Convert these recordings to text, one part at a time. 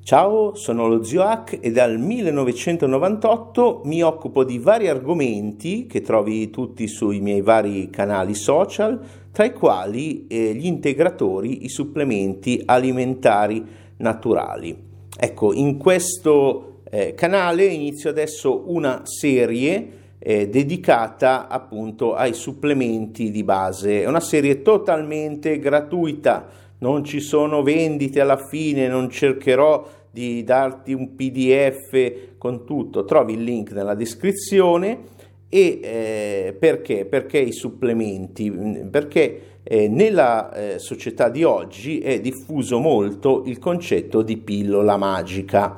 Ciao, sono lo Zio Hack e dal 1998 mi occupo di vari argomenti che trovi tutti sui miei vari canali social, tra i quali gli integratori, i supplementi alimentari naturali. Ecco, in questo canale inizio adesso una serie dedicata appunto ai supplementi di base. È una serie totalmente gratuita. Non ci sono vendite alla fine, non cercherò di darti un PDF con tutto, trovi il link nella descrizione. E perché? Perché i supplementi? Perché nella società di oggi è diffuso molto il concetto di pillola magica.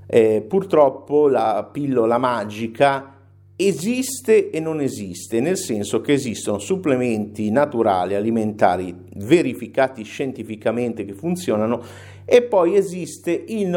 Purtroppo la pillola magica esiste e non esiste, nel senso che esistono supplementi naturali, alimentari, verificati scientificamente che funzionano, e poi esiste il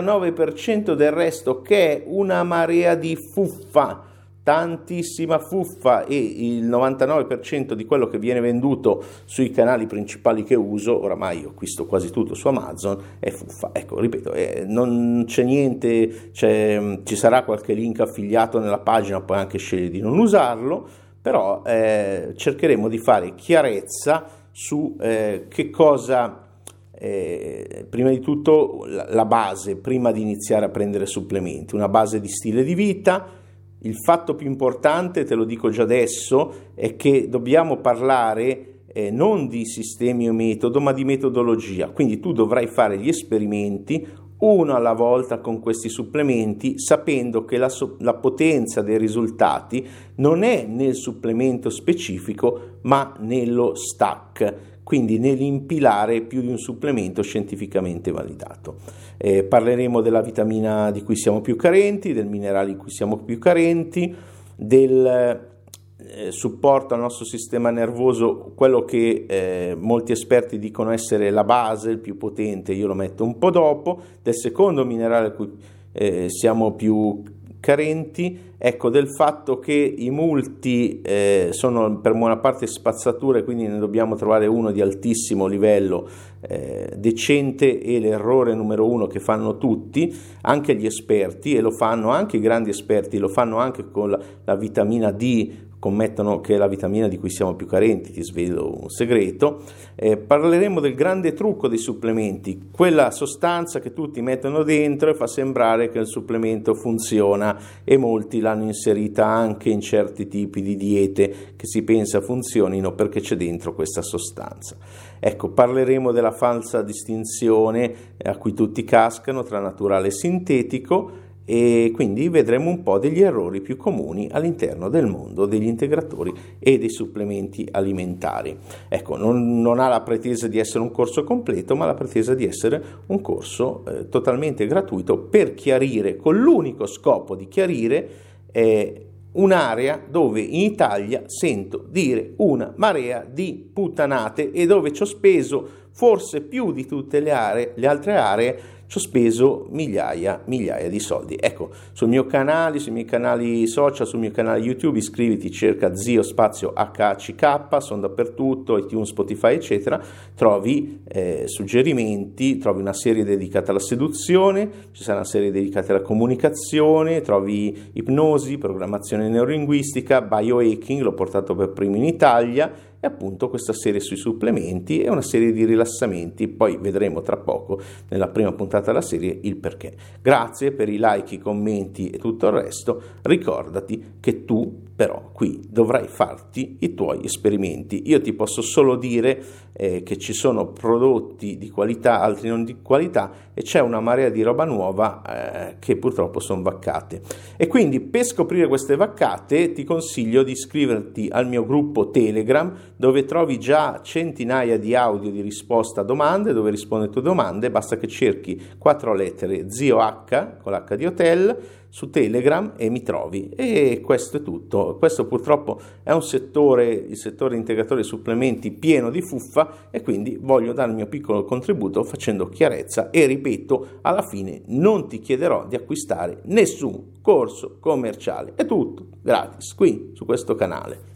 99% del resto che è una marea di fuffa, tantissima fuffa, e il 99% di quello che viene venduto sui canali principali che uso, oramai io acquisto quasi tutto su Amazon, è fuffa. Ecco, ripeto, non c'è niente, ci sarà qualche link affiliato nella pagina, puoi anche scegliere di non usarlo, però cercheremo di fare chiarezza su che cosa, prima di tutto la base, prima di iniziare a prendere supplementi, una base di stile di vita. Il fatto più importante, te lo dico già adesso, è che dobbiamo parlare non di sistemi o metodo, ma di metodologia. Quindi tu dovrai fare gli esperimenti uno alla volta con questi supplementi, sapendo che la potenza dei risultati non è nel supplemento specifico, ma nello stack, quindi nell'impilare più di un supplemento scientificamente validato. Parleremo della vitamina di cui siamo più carenti, del minerale di cui siamo più carenti, del supporto al nostro sistema nervoso, quello che molti esperti dicono essere la base, il più potente, io lo metto un po' dopo, del secondo minerale a cui siamo più carenti, ecco, del fatto che i multi sono per buona parte spazzature, quindi ne dobbiamo trovare uno di altissimo livello, decente, e l'errore numero uno che fanno tutti, anche gli esperti, e lo fanno anche i grandi esperti, lo fanno anche con la vitamina D, commettono che è la vitamina di cui siamo più carenti. Ti svelo un segreto. Parleremo del grande trucco dei supplementi, quella sostanza che tutti mettono dentro e fa sembrare che il supplemento funziona, e molti l'hanno inserita anche in certi tipi di diete che si pensa funzionino perché c'è dentro questa sostanza. Ecco, parleremo della falsa distinzione a cui tutti cascano tra naturale e sintetico, e quindi vedremo un po' degli errori più comuni all'interno del mondo degli integratori e dei supplementi alimentari. Ecco, non ha la pretesa di essere un corso completo, ma la pretesa di essere un corso totalmente gratuito per chiarire, con l'unico scopo di chiarire un'area dove in Italia sento dire una marea di puttanate, e dove ci ho speso forse più di tutte le altre aree, ci ho speso migliaia di soldi. Ecco, sul mio canale, sui miei canali social, sul mio canale YouTube, iscriviti, cerca Zio spazio HCK, sono dappertutto, iTunes, Spotify, eccetera, trovi suggerimenti, trovi una serie dedicata alla seduzione, ci sarà una serie dedicata alla comunicazione, trovi ipnosi, programmazione neurolinguistica, biohacking, l'ho portato per primo in Italia, e appunto questa serie sui supplementi e una serie di rilassamenti. Poi vedremo tra poco nella prima puntata della serie il perché. Grazie per i like, i commenti e tutto il resto. Ricordati che tu però qui dovrai farti i tuoi esperimenti. Io ti posso solo dire che ci sono prodotti di qualità, altri non di qualità, e c'è una marea di roba nuova che purtroppo sono vaccate. E quindi per scoprire queste vaccate ti consiglio di iscriverti al mio gruppo Telegram, dove trovi già centinaia di audio di risposta a domande, dove rispondo alle tue domande. Basta che cerchi 4 lettere Zio H con l'H di hotel su Telegram e mi trovi, e questo è tutto. Questo purtroppo è un settore, il settore integratori e supplementi, pieno di fuffa, e quindi voglio dare il mio piccolo contributo facendo chiarezza, e ripeto, alla fine non ti chiederò di acquistare nessun corso commerciale, è tutto gratis qui su questo canale.